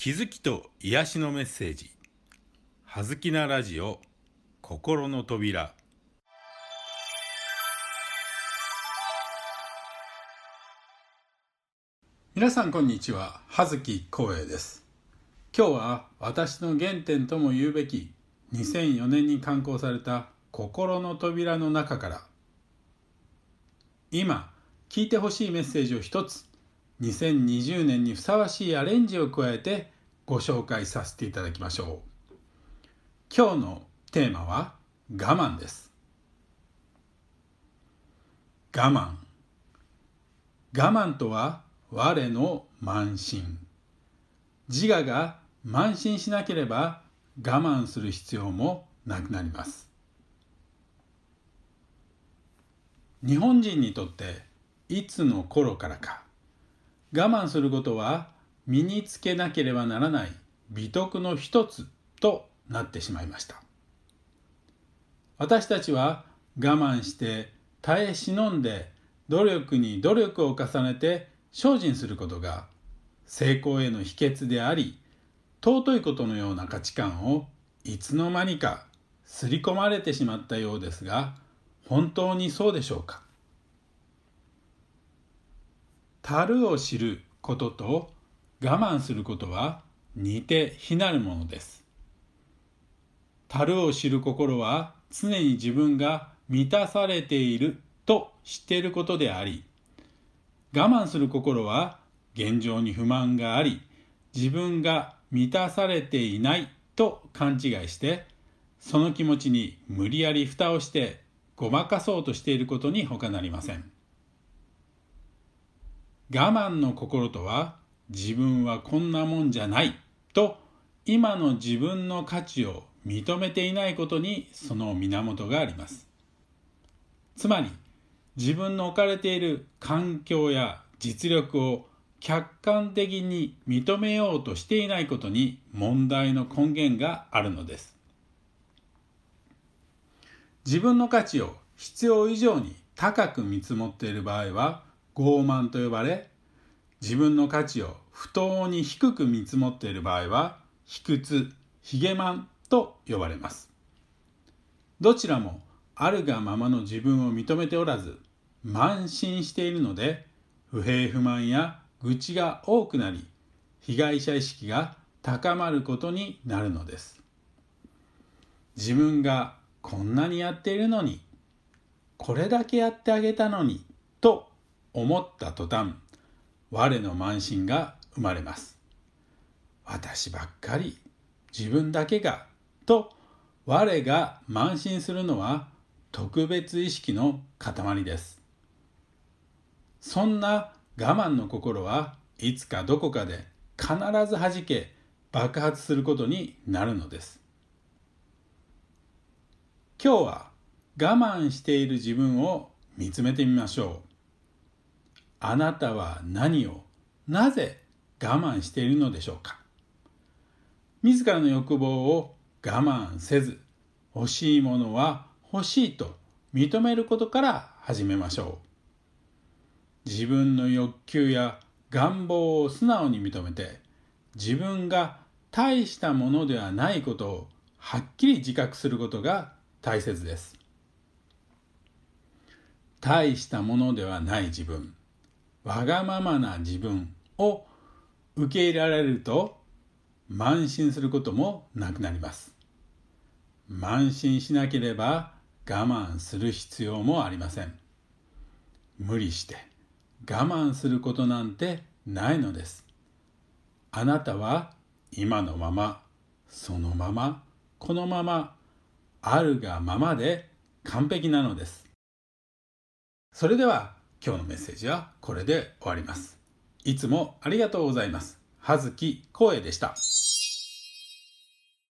気づきと癒しのメッセージ、はずきなラジオ心の扉。皆さんこんにちは、葉月光栄です。今日は私の原点とも言うべき2004年に刊行された心の扉の中から、今聞いてほしいメッセージを一つ、2020年にふさわしいアレンジを加えてご紹介させていただきましょう。今日のテーマは我慢です。我慢とは我の慢心。自我が慢心しなければ我慢する必要もなくなります。日本人にとっていつの頃からか、我慢することは身につけなければならない美徳の一つとなってしまいました。私たちは我慢して耐え忍んで努力に努力を重ねて精進することが成功への秘訣であり、尊いことのような価値観をいつの間にか刷り込まれてしまったようですが、本当にそうでしょうか。足を知ることと我慢することは似て非なるものです。足を知る心は常に自分が満たされていると知っていることであり、我慢する心は現状に不満があり、自分が満たされていないと勘違いして、その気持ちに無理やり蓋をしてごまかそうとしていることに他なりません。我慢の心とは、自分はこんなもんじゃないと今の自分の価値を認めていないことにその源があります。つまり自分の置かれている環境や実力を客観的に認めようとしていないことに問題の根源があるのです。自分の価値を必要以上に高く見積もっている場合は傲慢と呼ばれ、自分の価値を不当に低く見積もっている場合は卑屈、卑下慢と呼ばれます。どちらもあるがままの自分を認めておらず、慢心しているので、不平不満や愚痴が多くなり、被害者意識が高まることになるのです。自分がこんなにやっているのに、これだけやってあげたのに、と思った途端、我の慢心が生まれます。私ばっかり、自分だけが、と我が慢心するのは特別意識の塊です。そんな我慢の心はいつかどこかで必ず弾け爆発することになるのです。今日は我慢している自分を見つめてみましょう。あなたは何を、なぜ我慢しているのでしょうか。自らの欲望を我慢せず、欲しいものは欲しいと認めることから始めましょう。自分の欲求や願望を素直に認めて、自分が大したものではないことをはっきり自覚することが大切です。大したものではない自分、わがままな自分を受け入れられると、慢心することもなくなります。慢心しなければ我慢する必要もありません。無理して我慢することなんてないのです。あなたは今のまま、そのまま、このまま、あるがままで完璧なのです。それでは今日のメッセージはこれで終わります。いつもありがとうございます。葉月光栄でした。